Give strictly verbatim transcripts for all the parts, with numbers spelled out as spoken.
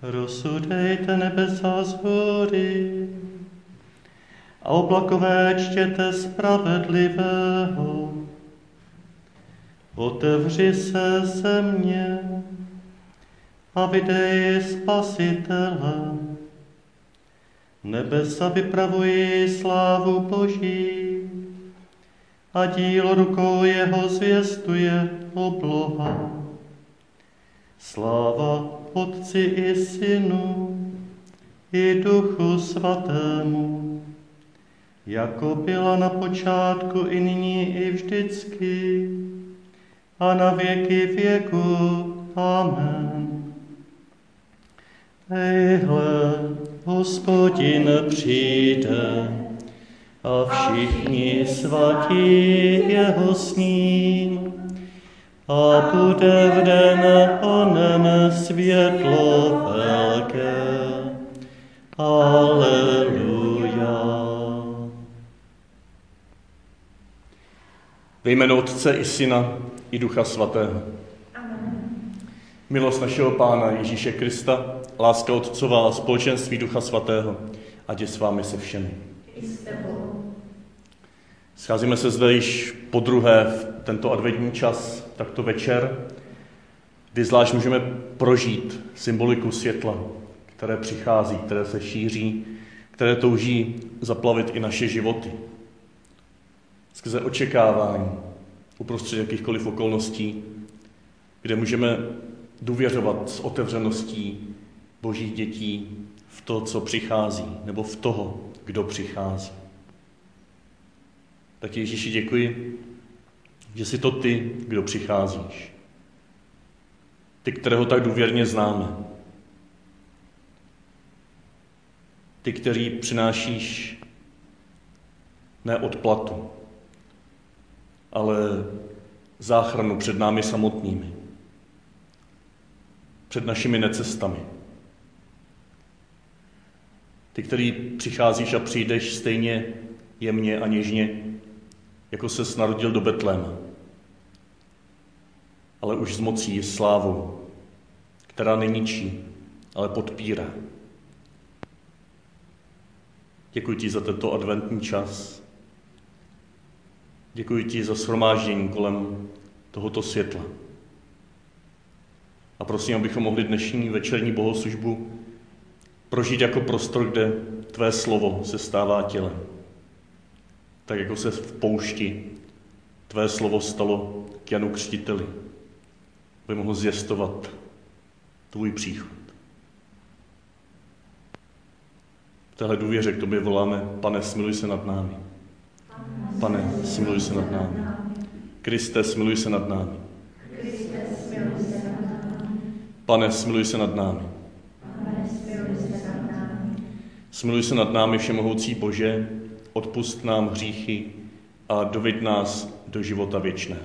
Rozsudejte nebesa z hory a oblakové čtěte spravedlivého. Otevři se země a vydej Spasitele. Nebesa vypravují slávu Boží a dílo rukou jeho zvěstuje obloha. Sláva Otci i Synu i Duchu Svatému, jako byla na počátku i nyní i vždycky a na věky věku. Amen. Ejhle, Hospodin přijde a všichni svatí jeho s ním. A bude v den onen světlo velké. Aleluja. Ve jménu Otce i Syna i Ducha Svatého. Amen. Milost našeho Pána Ježíše Krista, láska Otcova a společenství Ducha Svatého, ať je s vámi se všemi. I s tebou. Scházíme se zde již podruhé v tento adventní čas, takto večer, kdy zvlášť můžeme prožít symboliku světla, které přichází, které se šíří, které touží zaplavit i naše životy. Skrze očekávání, uprostřed jakýchkoliv okolností, kde můžeme důvěřovat s otevřeností Božích dětí v to, co přichází, nebo v toho, kdo přichází. Tak Ježíši děkuji, že jsi to ty, kdo přicházíš. Ty, kterého tak důvěrně známe. Ty, který přinášíš ne odplatu, ale záchranu před námi samotnými. Před našimi necestami. Ty, který přicházíš a přijdeš stejně jemně a něžně, jako ses narodil do Betléma, ale už s mocí, s slávou, která neničí, ale podpírá. Děkuji ti za tento adventní čas. Děkuji ti za shromáždění kolem tohoto světla. A prosím, abychom mohli dnešní večerní bohoslužbu prožít jako prostor, kde tvé slovo se stává tělem. Tak jako se v poušti tvé slovo stalo k Janu Křtiteli, aby mohl zvěstovat tvůj příchod. V téhle důvěře k tobě voláme: Pane, smiluj se nad námi. Pane, smiluj se nad námi. Kriste, smiluj se nad námi. Pane, smiluj se nad námi. Smiluj se nad námi, všemohoucí Bože, odpusť nám hříchy a doveď nás do života věčného.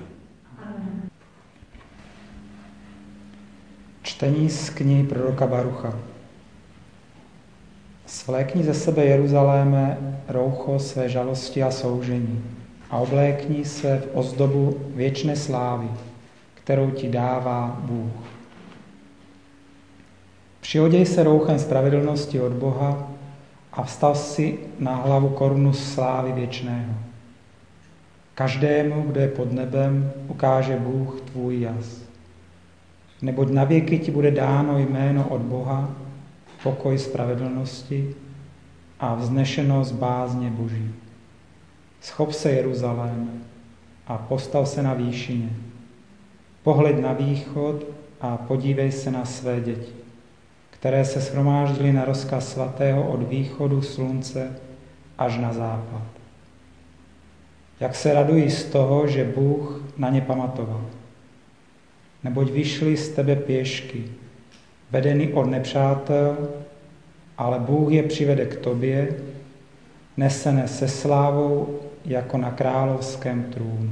Čtení z knihy proroka Barucha. Svlékni ze sebe, Jeruzaléme, roucho své žalosti a soužení a oblékni se v ozdobu věčné slávy, kterou ti dává Bůh. Přioděj se rouchem spravedlnosti od Boha a vstav si na hlavu korunu slávy věčného. Každému, kdo je pod nebem, ukáže Bůh tvůj jas. Neboť na věky ti bude dáno jméno od Boha, pokoj spravedlnosti a vznešenost bázně Boží. Schop se, Jeruzalém, a postav se na výšině. Pohleď na východ a podívej se na své děti, které se shromáždily na rozkaz svatého od východu slunce až na západ. Jak se radují z toho, že Bůh na ně pamatoval. Neboť vyšli z tebe pěšky, vedeny od nepřátel, ale Bůh je přivede k tobě, nesené se slávou jako na královském trůnu.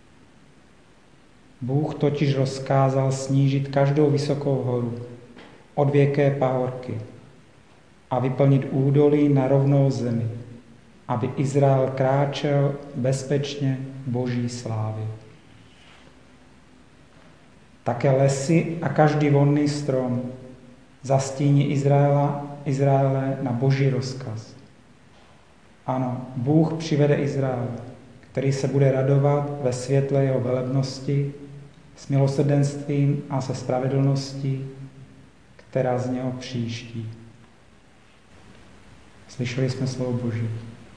Bůh totiž rozkázal snížit každou vysokou horu, od věké pahorky a vyplnit údolí na rovnou zemi, aby Izrael kráčel bezpečně Boží slávy. Také lesy a každý vonný strom, zastíní Izraela, Izraele na boží rozkaz. Ano, Bůh přivede Izrael, který se bude radovat ve světle jeho velebnosti, s milosrdenstvím a se spravedlností, která z něho přijíždí. Slyšeli jsme slovo Boží.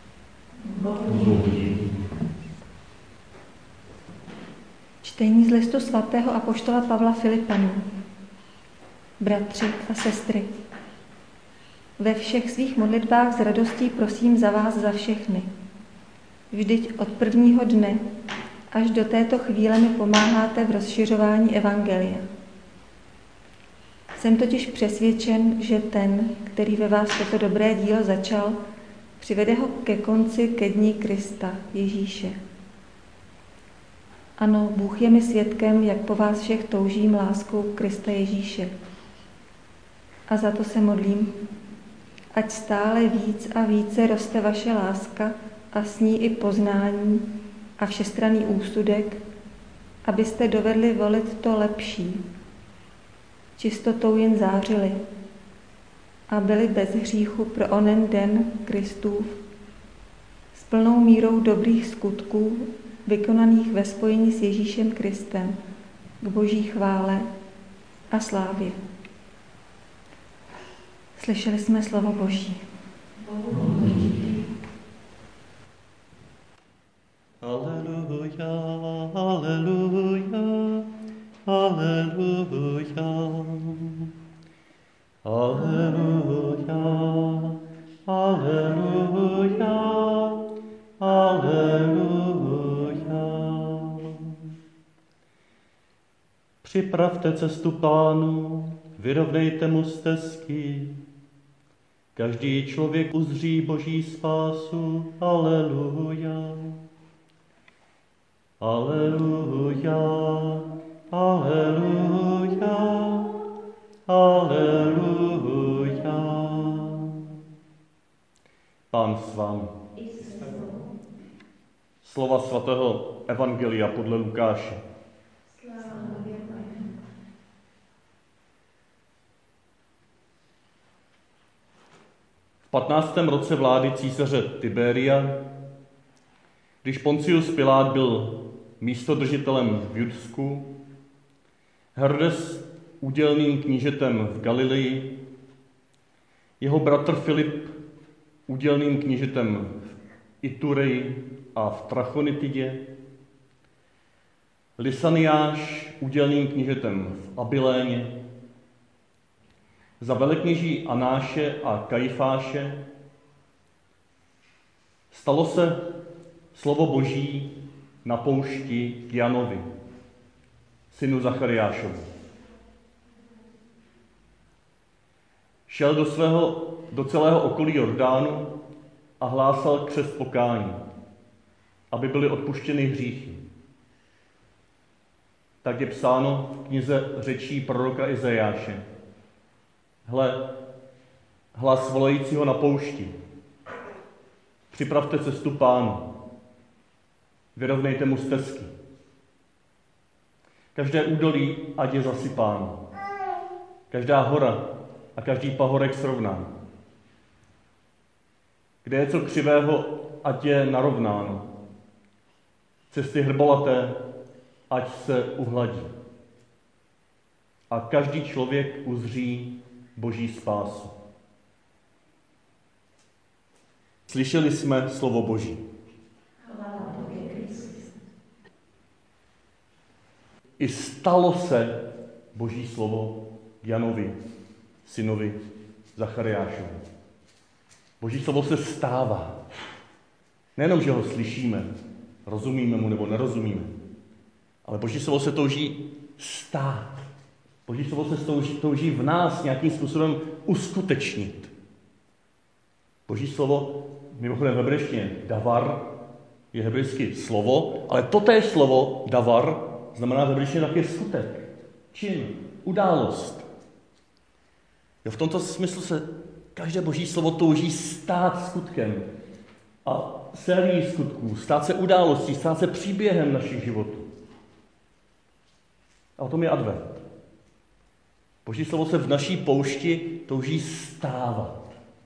Čtení z listu svatého apoštola Pavla Filipanům. Bratři a sestry, ve všech svých modlitbách s radostí prosím za vás za všechny. Vždyť od prvního dne až do této chvíle mi pomáháte v rozšiřování evangelia. Jsem totiž přesvědčen, že ten, který ve vás toto dobré dílo začal, přivede ho ke konci ke dni Krista, Ježíše. Ano, Bůh je mi svědkem, jak po vás všech toužím láskou Krista Ježíše. A za to se modlím, ať stále víc a více roste vaše láska a s ní i poznání a všestranný úsudek, abyste dovedli volit to lepší, čistotou jen zářili a byli bez hříchu pro onen den Kristův, s plnou mírou dobrých skutků, vykonaných ve spojení s Ježíšem Kristem, k boží chvále a slávě. Slyšeli jsme slovo Boží. Aleluja, aleluja, aleluja, aleluja, aleluja, aleluja. Připravte cestu Pánu, vyrovnejte mu stezky. Každý člověk uzří Boží spásu. Aleluja. Aleluja. Aleluja. Aleluja. Pán s vámi. Slova svatého Evangelia podle Lukáše. V patnáctém roce vlády císaře Tiberia, když Poncius Pilát byl místodržitelem v Judsku, Herodes údělným knížetem v Galileji, jeho bratr Filip údělným knížetem v Itureji a v Trachonitidě, Lysaniáš údělným knížetem v Abiléně, za velekněží Anáše a Kajfáše stalo se slovo Boží na poušti k Janovi, synu Zachariášovi. Šel do, svého, do celého okolí Jordánu a hlásal křest pokání, aby byly odpuštěny hříchy. Tak je psáno v knize řečí proroka Izajáše. Hle, hlas volajícího na poušti. Připravte cestu Pánu. Vyrovnejte mu stezky. Každé údolí, ať je zasypáno. Každá hora a každý pahorek srovnán. Kde je co křivého, ať je narovnáno. Cesty hrbolaté, ať se uhladí. A každý člověk uzří Boží spásu. Slyšeli jsme slovo Boží. I stalo se Boží slovo Janovi, synovi Zachariášovi. Boží slovo se stává. Nejenom, že ho slyšíme, rozumíme mu nebo nerozumíme, ale Boží slovo se touží stát. Boží slovo se touží, touží v nás nějakým způsobem uskutečnit. Boží slovo, mimochodem v hebrejštině, davar je hebrejské slovo, ale totéž slovo davar znamená v hebrejštině také skutek, čin, událost. Jo, v tomto smyslu se každé Boží slovo touží stát skutkem a sérií skutků, stát se událostí, stát se příběhem našich životů. A o tom je advent. Boží slovo se v naší poušti touží stávat.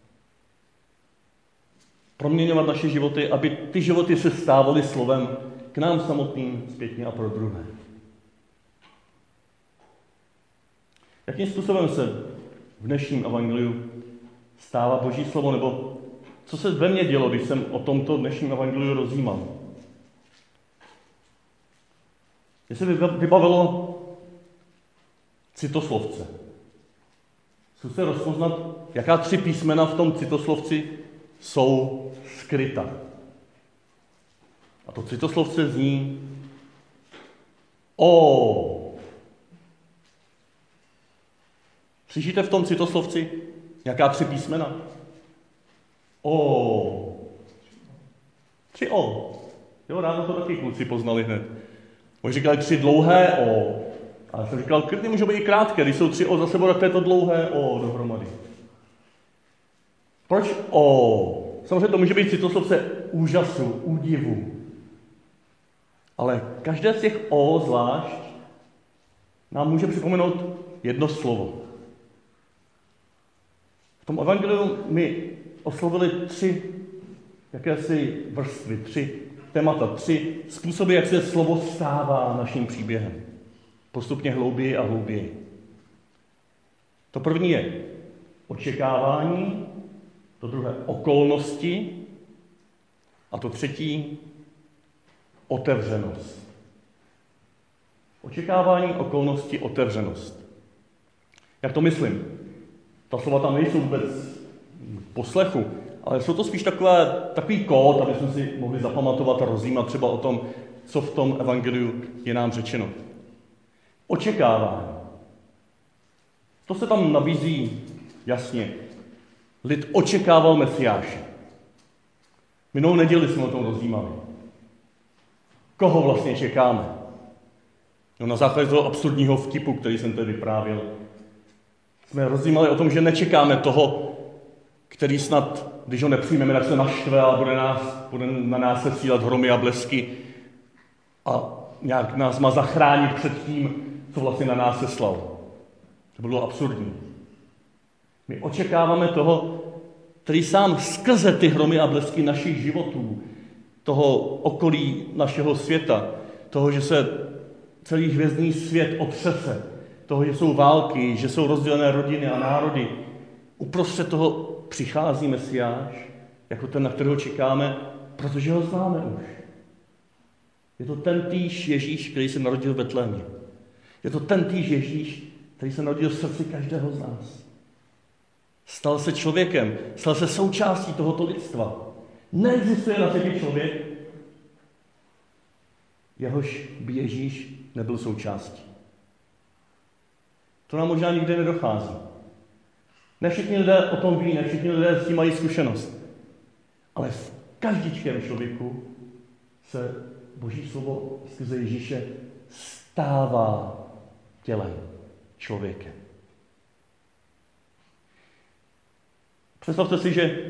Proměňovat naše životy, aby ty životy se stávaly slovem k nám samotným zpětně a pro druhé. Jakým způsobem se v dnešním evangeliu stává Boží slovo, nebo co se ve mně dělo, když jsem o tomto dnešním evangeliu rozjímal? Mně se vybavilo citoslovce. Zkuste rozpoznat, jaká tři písmena v tom citoslovci jsou skryta. A to citoslovce zní O. Slyšíte v tom citoslovci nějaká tři písmena? O. Tři O. Jo, ráno to taky kluci poznali hned. Oni říkali tři dlouhé O. A já jsem říkal, klidně můžou být i krátké, když jsou tři O za sebou, tak to je to dlouhé O dohromady. Proč O? Samozřejmě to může být citoslovce úžasu, údivu. Ale každé z těch O zvlášť nám může připomenout jedno slovo. V tom evangeliu mi oslovili tři jakési vrstvy, tři témata, tři způsoby, jak se slovo stává naším příběhem. Postupně hlouběji a hlouběji. To první je očekávání, to druhé okolnosti a to třetí otevřenost. Očekávání, okolnosti, otevřenost. Jak to myslím? Ta slova tam nejsou vůbec v poslechu, ale jsou to spíš takové, takový kód, aby jsme si mohli zapamatovat a rozjímat třeba o tom, co v tom evangeliu je nám řečeno. Očekávání. To se tam nabízí jasně. Lid očekával Mesiáše. Minulou neděli jsme o tom rozjímali. Koho vlastně čekáme? No, na základě toho absurdního vtipu, který jsem tady vyprávěl, jsme rozjímali o tom, že nečekáme toho, který snad, když ho nepřijmeme, tak se naštve a bude, nás, bude na nás sesílat hromy a blesky a nějak nás má zachránit před tím, co vlastně na nás seslal. To bylo absurdní. My očekáváme toho, který sám skrze ty hromy a blesky našich životů, toho okolí našeho světa, toho, že se celý hvězdný svět otřese, toho, že jsou války, že jsou rozdělené rodiny a národy. Uprostřed toho přichází Mesiáš, jako ten, na kterého čekáme, protože ho známe už. Je to ten týž Ježíš, který se narodil v Betlémě. Je to ten týž Ježíš, který se narodil v srdci každého z nás. Stal se člověkem, stal se součástí tohoto lidstva. Neexistuje na světě člověk, jehož by Ježíš nebyl součástí. To nám možná nikdy nedochází. Ne všichni lidé o tom ví, ne všichni lidé s tím mají zkušenost. Ale v každičkém člověku se Boží slovo skrze Ježíše stává tělem, člověkem. Představte si, že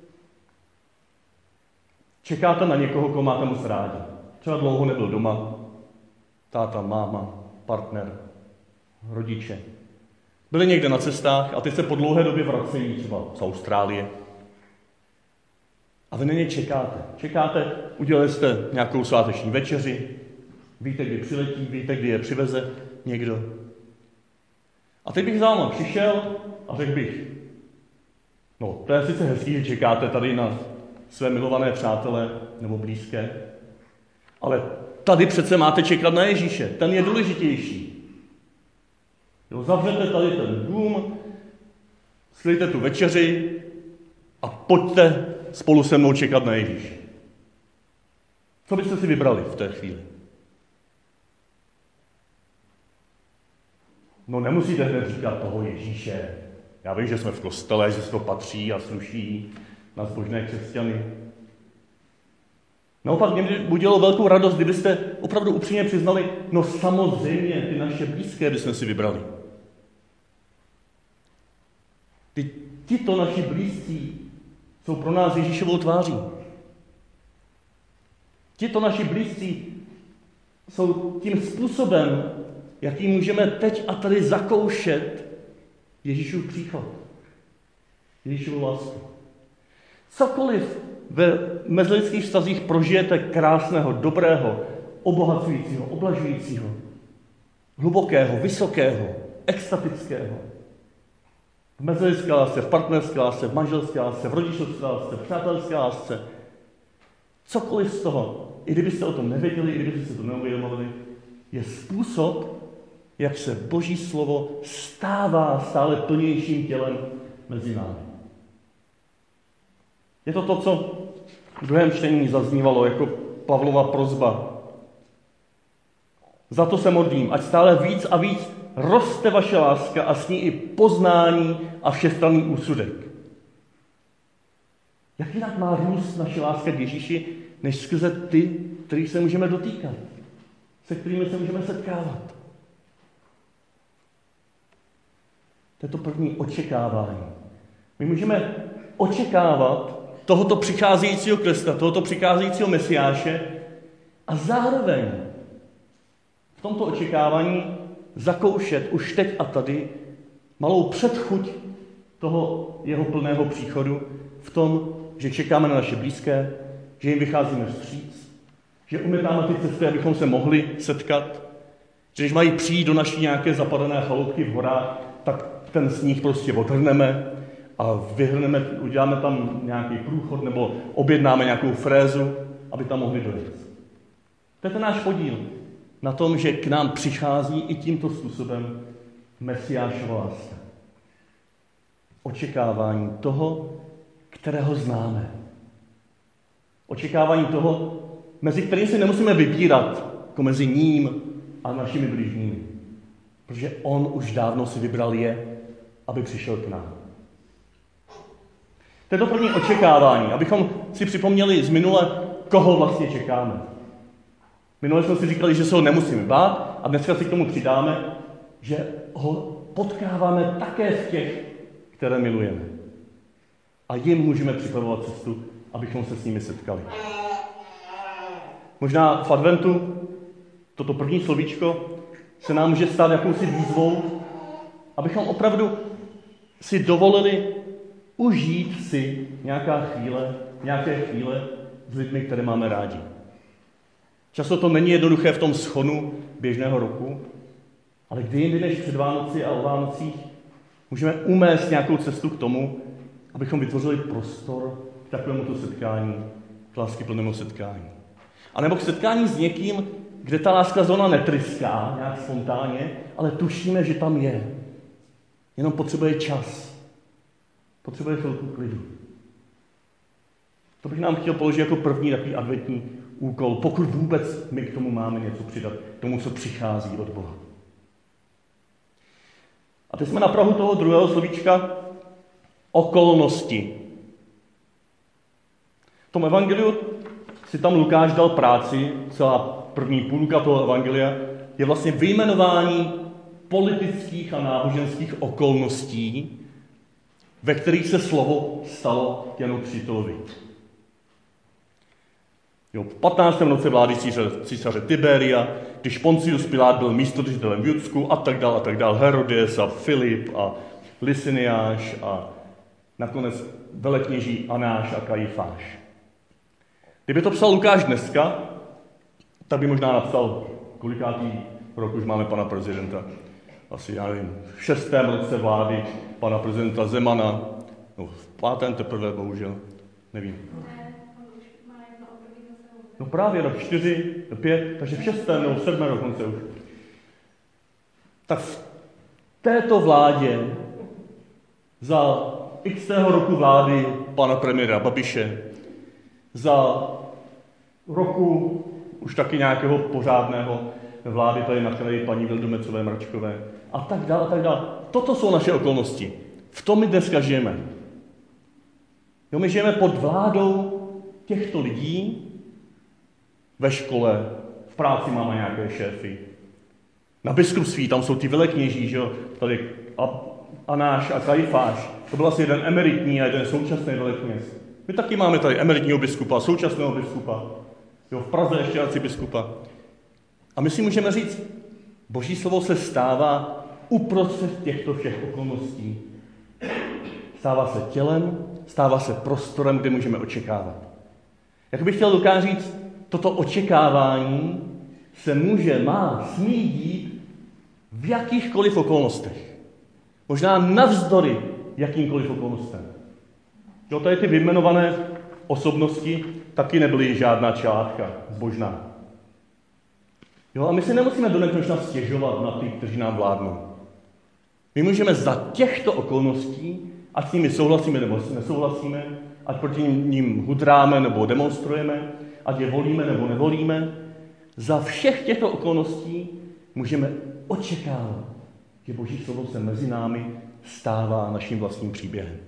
čekáte na někoho, koho máte moc rádi. Třeba dlouho nebyl doma, táta, máma, partner, rodiče. Byli někde na cestách a teď se po dlouhé době vracejí třeba z Austrálie. A vy na ně čekáte. Čekáte, udělali jste nějakou sváteční večeři, víte, kdy přiletí, víte, kdy je přiveze někdo. A teď bych za váma přišel a řekl bych, no, to je sice hezký, že čekáte tady na své milované přátele nebo blízké, ale tady přece máte čekat na Ježíše, ten je důležitější. Jo, zavřete tady ten dům, sklidte tu večeři a pojďte spolu se mnou čekat na Ježíše. Co byste si vybrali v té chvíli? No nemusíte hned říkat toho Ježíše. Já vím, že jsme v kostele, že se to patří a sluší na zbožné křesťany. Naopak mě by udělalo velkou radost, kdybyste opravdu upřímně přiznali, no samozřejmě ty naše blízké bychom si vybrali. Ty, tyto naši blízcí jsou pro nás Ježíšovou tváří. Tito naši blízcí jsou tím způsobem, jaký můžeme teď a tady zakoušet Ježíšův příchod. Ježíšovu lásku. Cokoliv ve mezilidských vztazích prožijete krásného, dobrého, obohacujícího, oblažujícího, hlubokého, vysokého, extatického. V mezilidské lásce, v partnerské lásce, v manželské lásce, v rodičovské lásce, v přátelské lásce. Cokoliv z toho, i kdybyste o tom nevěděli, i kdybyste to neuvědomovali, je způsob, jak se Boží slovo stává stále plnějším tělem mezi námi. Je to to, co v druhém čtení zaznívalo jako Pavlova prosba. Za to se modlím, ať stále víc a víc roste vaše láska a s ní i poznání a všestranný úsudek. Jak jinak má růst naše láska k Ježíši, než skrze ty, kterých se můžeme dotýkat, se kterými se můžeme setkávat. To je to první očekávání. My můžeme očekávat tohoto přicházejícího Krista, tohoto přicházejícího Mesiáše a zároveň v tomto očekávání zakoušet už teď a tady malou předchuť toho jeho plného příchodu v tom, že čekáme na naše blízké, že jim vycházíme vstříc, že umětáme ty cesty, abychom se mohli setkat, že když mají přijít do naší nějaké zapadené chaloupky v horách, tak ten sníh prostě odhrneme a vyhrneme, uděláme tam nějaký průchod nebo objednáme nějakou frézu, aby tam mohli dojet. To je ten náš podíl na tom, že k nám přichází i tímto způsobem Mesiášova láska. Očekávání toho, kterého známe. Očekávání toho, mezi kterým si nemusíme vybírat, jako mezi ním a našimi bližními. Protože on už dávno si vybral je, aby přišel k nám. To je to první očekávání, abychom si připomněli z minule, koho vlastně čekáme. Minule jsme si říkali, že se ho nemusíme bát a dneska si k tomu přidáme, že ho potkáváme také v těch, které milujeme. A jim můžeme připravovat cestu, abychom se s nimi setkali. Možná v adventu toto první slovíčko se nám může stát jakousi výzvou, abychom opravdu si dovolili užít si nějaká chvíle, nějaké chvíle s lidmi, které máme rádi. Často to není jednoduché v tom schonu běžného roku, ale kdy jindy než před Vánoci a o Vánocích můžeme umést nějakou cestu k tomu, abychom vytvořili prostor k takovémuto setkání, k láskyplnému setkání. A nebo k setkání s někým, kde ta láska zóna netryská nějak spontánně, ale tušíme, že tam je. Jenom potřebuje čas. Potřebuje chvilku klidu. To bych nám chtěl položit jako první takový adventní úkol, pokud vůbec my k tomu máme něco přidat, k tomu, co přichází od Boha. A teď jsme na prahu toho druhého slovíčka okolnosti. V tom evangeliu si tam Lukáš dal práci, celá první půlka toho evangelia je vlastně vyjmenování politických a náboženských okolností, ve kterých se slovo stalo Janu Křtitelovi. Jo, v patnáctém roce vlády císaře, císaře Tiberia, když Poncius Pilát byl místodržitelem v Judsku a tak dál a tak dál, Herodes a Filip a Lysiniáš a nakonec velekněží Anáš a Kajifáš. Kdyby to psal Lukáš dneska, tak by možná napsal, kolikátý rok už máme pana prezidenta. Asi, já nevím, v šestém roce vlády pana prezidenta Zemana, no v pátém teprve, bohužel, nevím. No právě rok čtyři, pět, takže v šestém nebo v sedmém dokonce už. Tak v této vládě za xtého roku vlády pana premiéra Babiše, za roku už taky nějakého pořádného vlády tady na kraji paní Vildumetzové Mračkové a tak dále a tak dále. Toto jsou naše okolnosti. V tom my dneska žijeme. Jo, my žijeme pod vládou těchto lidí, ve škole, v práci máme nějaké šéfy. Na biskupství tam jsou ty velekněží, že jo, tady Anáš a Kajifáš. To byl asi jeden emeritní a jeden současný velekněz. My taky máme tady emeritního biskupa, současného biskupa. Jo, v Praze ještě arcibiskupa. A my si můžeme říct, Boží slovo se stává uprostřed těchto všech okolností stává se tělem, stává se prostorem, kde můžeme očekávat. Jak bych chtěl Lukáš říct, toto očekávání se může, má, smí dít v jakýchkoliv okolnostech. Možná navzdory jakýmkoliv okolnostem. Jo, tady ty vyjmenované osobnosti taky nebyly žádná čátka zbožná. Jo, a my si nemusíme do nekonečna stěžovat na ty, kteří nám vládnou. My můžeme za těchto okolností, ať s nimi souhlasíme nebo nesouhlasíme, ať proti ním hudráme nebo demonstrujeme, ať je volíme nebo nevolíme, za všech těchto okolností můžeme očekávat, že Boží slovo se mezi námi stává naším vlastním příběhem.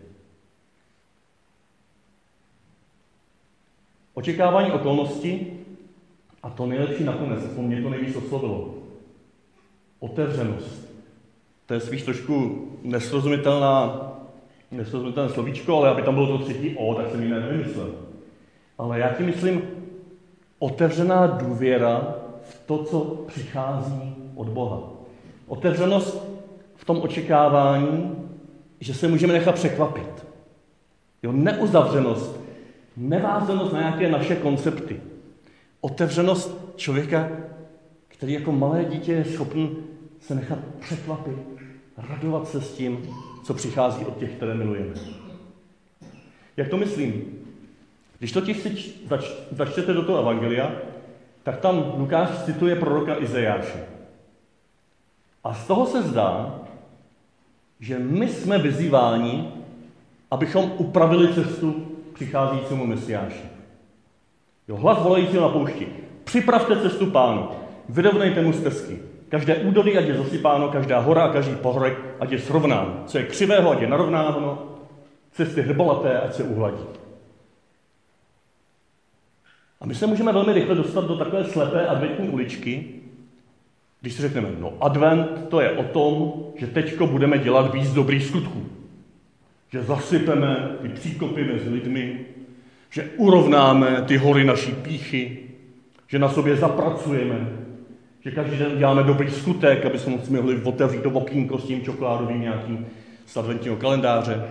Očekávání okolnosti, a to nejlepší nakonec, aspoň mě to nejvíc oslovilo. Otevřenost. To je spíš trošku nesrozumitelná, nesrozumitelné slovíčko, ale aby tam bylo to třetí O, tak jsem jiné nevymyslel. Ale já ti myslím, otevřená důvěra v to, co přichází od Boha. Otevřenost v tom očekávání, že se můžeme nechat překvapit. Jo, neuzavřenost, nevázanost na nějaké naše koncepty. Otevřenost člověka, který jako malé dítě je schopný se nechat překvapit, radovat se s tím, co přichází od těch, které milujeme. Jak to myslím? Když totiž si zač, začtete do toho evangelia, tak tam Lukáš cituje proroka Izajáše. A z toho se zdá, že my jsme vyzýváni, abychom upravili cestu přicházícímu Mesiáši. Jo, hlas volajícího na poušti. Připravte cestu Pánu, vyrovnejte mu stezky. Každé údolí, ať je zasypáno, každá hora a každý pohorek, ať je srovnán. Co je křivého, ať je narovnáno, cesty hrbolaté, ať se uhladí. A my se můžeme velmi rychle dostat do takové slepé adventní uličky, když si řekneme, no advent to je o tom, že teďko budeme dělat víc dobrých skutků. Že zasypeme ty příkopy mezi lidmi, že urovnáme ty hory naší pýchy, že na sobě zapracujeme, že každý den děláme dobrý skutek, aby jsme mohli otevřít to okýnko s tím čokoládovým nějakým z adventního kalendáře.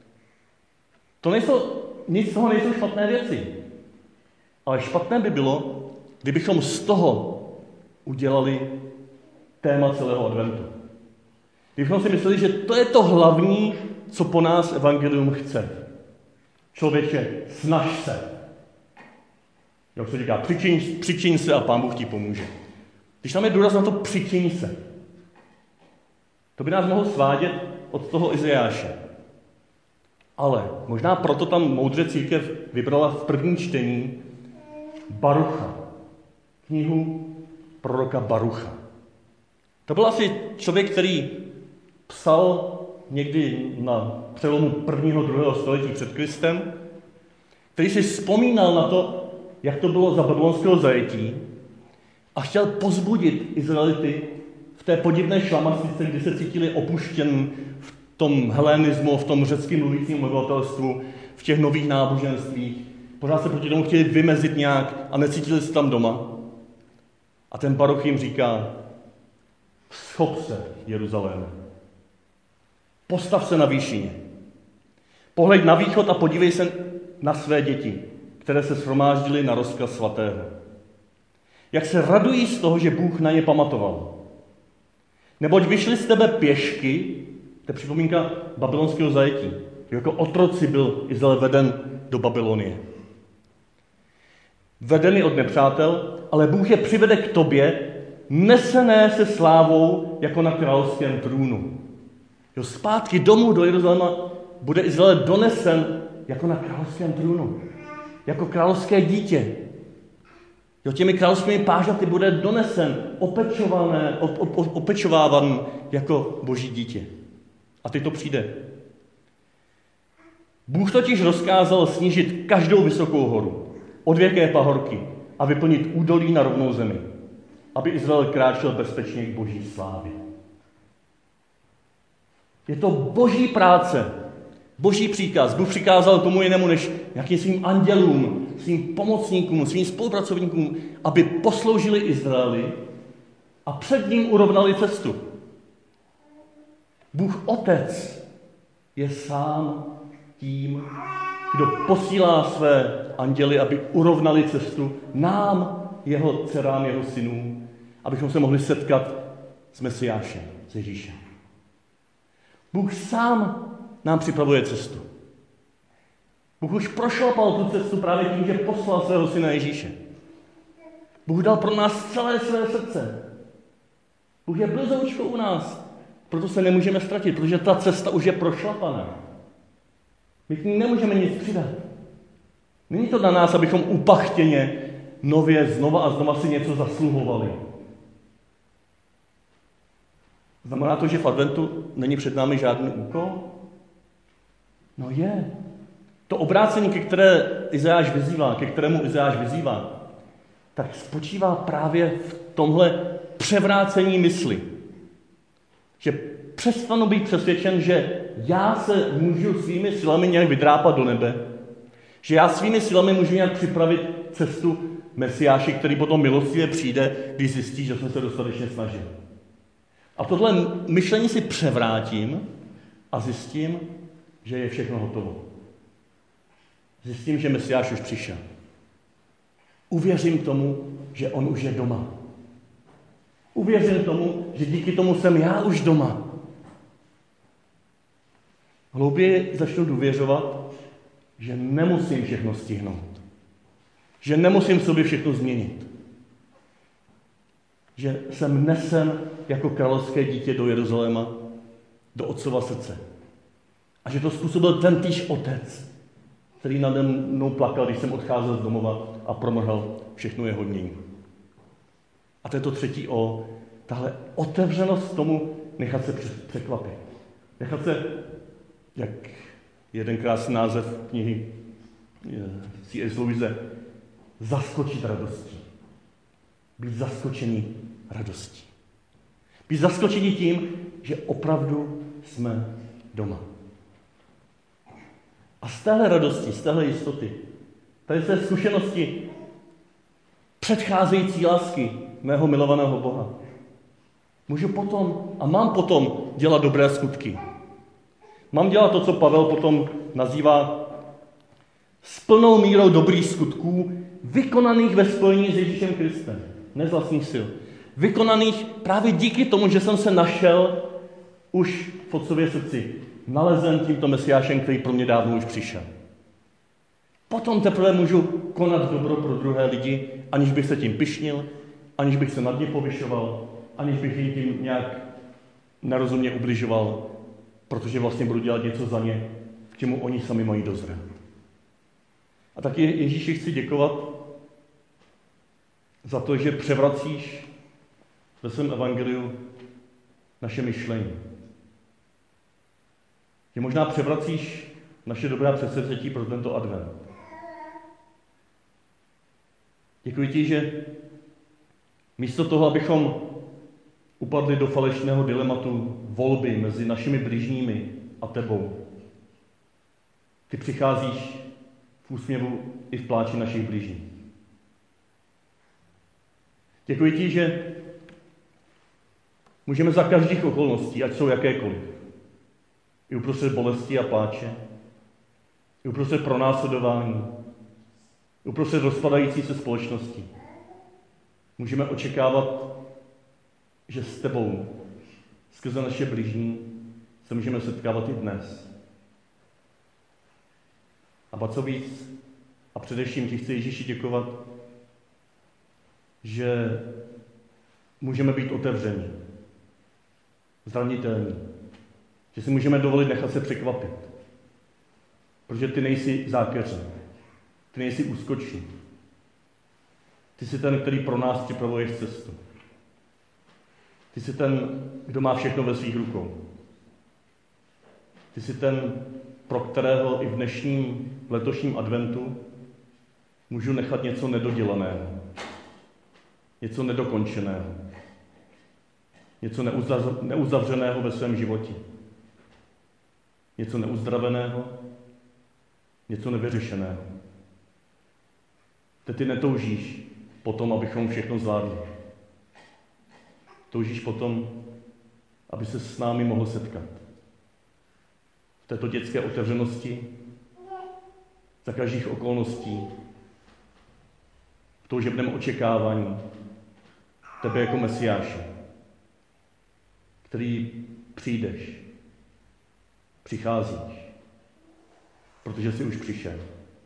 To nejsou, nic z toho nejsou špatné věci. Ale špatné by bylo, kdybychom z toho udělali téma celého adventu. Kdybychom si mysleli, že to je to hlavní, co po nás evangelium chce. Člověče, snaž se. Jak se říká, přičiň, přičiň se a Pán Bůh ti pomůže. Když tam je důraz na to přičiň se, to by nás mohlo svádět od toho Izajáše. Ale možná proto tam moudře církev vybrala v prvním čtení Barucha, knihu proroka Barucha. To byl asi člověk, který psal někdy na přelomu prvního a druhého století před Kristem, který si vzpomínal na to, jak to bylo za babylonského zajetí a chtěl pozbudit Izraelity v té podivné šlamastice, kdy se cítili opuštěn v tom helenismu, v tom řeckým mluvícím obyvatelstvu, v těch nových náboženstvích. Pořád se proti tomu chtěli vymezit nějak a necítili se tam doma. A ten Baruch jim říká, schop se, Jeruzaléme. Postav se na výšině. Pohleď na východ a podívej se na své děti, které se shromáždily na rozkaz svatého. Jak se radují z toho, že Bůh na ně pamatoval. Neboť vyšli z tebe pěšky, to je připomínka babylonského zajetí. Jako otroci byl Izrael veden do Babylonie. Vedený od nepřátel, ale Bůh je přivede k tobě, nesené se slávou jako na královském trůnu. Jo, zpátky domů do Jeruzaléma bude Izrael donesen jako na královském trůnu. Jako královské dítě. Jo, těmi královskými pážaty bude donesen, opečované, op, op, opečovávan jako boží dítě. A teď to přijde. Bůh totiž rozkázal snížit každou vysokou horu, odvěké pahorky a vyplnit údolí na rovnou zemi, aby Izrael kráčel bezpečně k boží slávě. Je to boží práce, boží příkaz. Bůh přikázal komu jinému než nějakým svým andělům, svým pomocníkům, svým spolupracovníkům, aby posloužili Izraeli a před ním urovnali cestu. Bůh Otec je sám tím, kdo posílá své anděly, aby urovnali cestu nám, jeho dcerám, jeho synům, abychom se mohli setkat s Mesiášem, s Ježíšem. Bůh sám nám připravuje cestu. Bůh už prošlapal tu cestu právě tím, že poslal svého syna Ježíše. Bůh dal pro nás celé své srdce. Bůh je blizoučko u nás, proto se nemůžeme ztratit, protože ta cesta už je prošlapaná. My k ní nemůžeme nic přidat. Není to na nás, abychom upachtěně nově znova a znova si něco zasluhovali. Znamená to, že v adventu není před námi žádný úkol? No je. To obrácení, ke které Izajáš vyzývá, ke kterému Izajáš vyzývá, tak spočívá právě v tomhle převrácení mysli. Že přestanu být přesvědčen, že já se můžu svými silami nějak vydrápat do nebe, že já svými silami můžu nějak připravit cestu Mesiáši, který potom milostivě přijde, když zjistí, že jsem se dostatečně snažil. A tohle myšlení si převrátím a zjistím, že je všechno hotovo. Zjistím, že Mesiáš už přišel. Uvěřím tomu, že on už je doma. Uvěřím tomu, že díky tomu jsem já už doma. Hlouběji začnu důvěřovat, že nemusím všechno stihnout. Že nemusím sobě všechno změnit. Že jsem nesen jako královské dítě do Jeruzaléma, do otcova srdce. A že to způsobil ten týž otec, který nade mnou plakal, když jsem odcházel z domova a promrhal všechno jeho dní. A to je to třetí O, tahle otevřenost tomu nechat se překvapit. Nechat se, jak jeden krásný název knihy C S Lewise, zaskočit radostí. Být zaskočený radostí. Být zaskočení tím, že opravdu jsme doma. A z téhle radosti, z téhle jistoty, tady z té zkušenosti předcházející lásky mého milovaného Boha, můžu potom a mám potom dělat dobré skutky. Mám dělat to, co Pavel potom nazývá s plnou mírou dobrých skutků, vykonaných ve spojení s Ježíšem Kristem. Ne z vlastních sil. Vykonaných právě díky tomu, že jsem se našel už v otcově srdci. Nalezen tímto Mesiášem, který pro mě dávno už přišel. Potom teprve můžu konat dobro pro druhé lidi, aniž bych se tím pyšnil, aniž bych se nad ně povyšoval, aniž bych jim tím nějak nerozumně ubližoval, protože vlastně budu dělat něco za ně, k čemu oni sami mají dozrat. A taky Ježíši chci děkovat za to, že převracíš ve svém evangeliu naše myšlení. Že možná převracíš naše dobrá předsevzetí pro tento advent. Děkuji ti, že místo toho, abychom upadli do falešného dilematu volby mezi našimi bližními a tebou, ty přicházíš v úsměvu i v pláči našich bližních. Děkuji ti, že můžeme za každých okolností, ať jsou jakékoliv, i uprostřed bolesti a pláče, i uprostřed pronásledování, i uprostřed rozpadající se společnosti, můžeme očekávat, že s tebou, skrze naše bližní, se můžeme setkávat i dnes. A ba co víc, a především ti chci Ježíši děkovat, že můžeme být otevření, zranitelní, že si můžeme dovolit nechat se překvapit. Protože ty nejsi zákeřný, ty nejsi úskočný. Ty jsi ten, který pro nás připravuješ cestu. Ty jsi ten, kdo má všechno ve svých rukou. Ty jsi ten, pro kterého i v dnešním v letošním adventu můžu nechat něco nedodělaného, něco nedokončeného, něco neuzavřeného ve svém životě, něco neuzdraveného, něco nevyřešeného. Ty ty netoužíš potom, abychom všechno zvládli. Toužíš potom, aby se s námi mohl setkat. v této dětské otevřenosti, za každých okolností, v toužebném očekávání tebe jako Mesiáše, který přijdeš, přicházíš, protože jsi už přišel.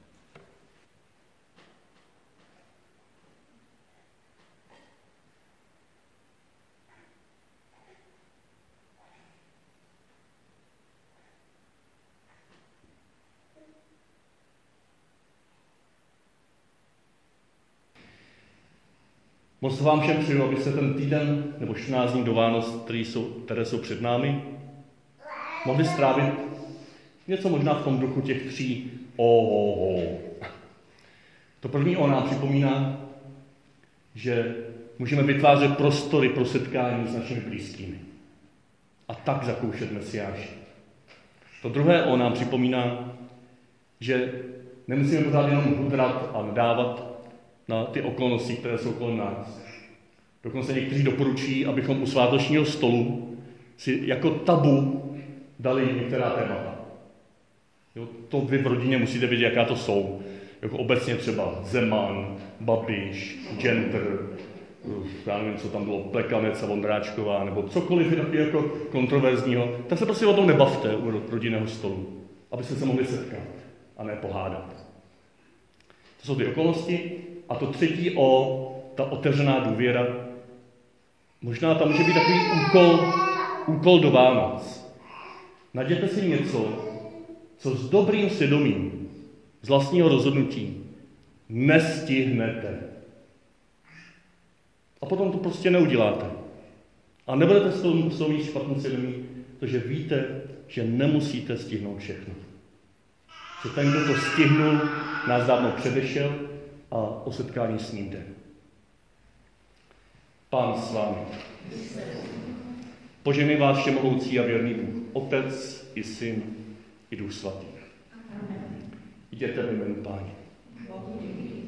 Moc vám všem přeju, abyste ten týden nebo čtrnáct dní do Vánoc, které jsou, které jsou před námi, mohli strávit něco možná v tom duchu těch tří ohoho. To první o nám připomíná, že můžeme vytvářet prostory pro setkání s našimi blízkými a tak zakoušet Mesiáše. To druhé o nám připomíná, že nemusíme pořád jenom hudrat a nadávat na ty okolnosti, které jsou kolem nás. Dokonce někteří doporučují, abychom u svátočního stolu si jako tabu dali některá témata. Jo, to vy v rodině musíte vědět, jaká to jsou. Jako obecně třeba Zeman, Babiš, gender, já nevím, co tam bylo, Plekanec a Vondráčková, nebo cokoliv jako kontroverzního, tak se prostě o tom nebavte u rodinného stolu, abyste se mohli setkat a ne pohádat. To jsou ty okolnosti. A to třetí o ta otevřená důvěra. Možná tam může být takový úkol, úkol do Vánoc. Najděte si něco, co s dobrým svědomím, z vlastního rozhodnutí nestihnete. A potom to prostě neuděláte. A nebudete s tom, s tom mít špatný svědomí, protože víte, že nemusíte stihnout všechno. Že ten, kdo to stihnul, nás dávno předešel a o setkání s ním jde. Pán s vámi. Požehnej vás všemohoucí a věrný Bůh, Otec i Syn i Duch Svatý. Jděte ve jménu Páně.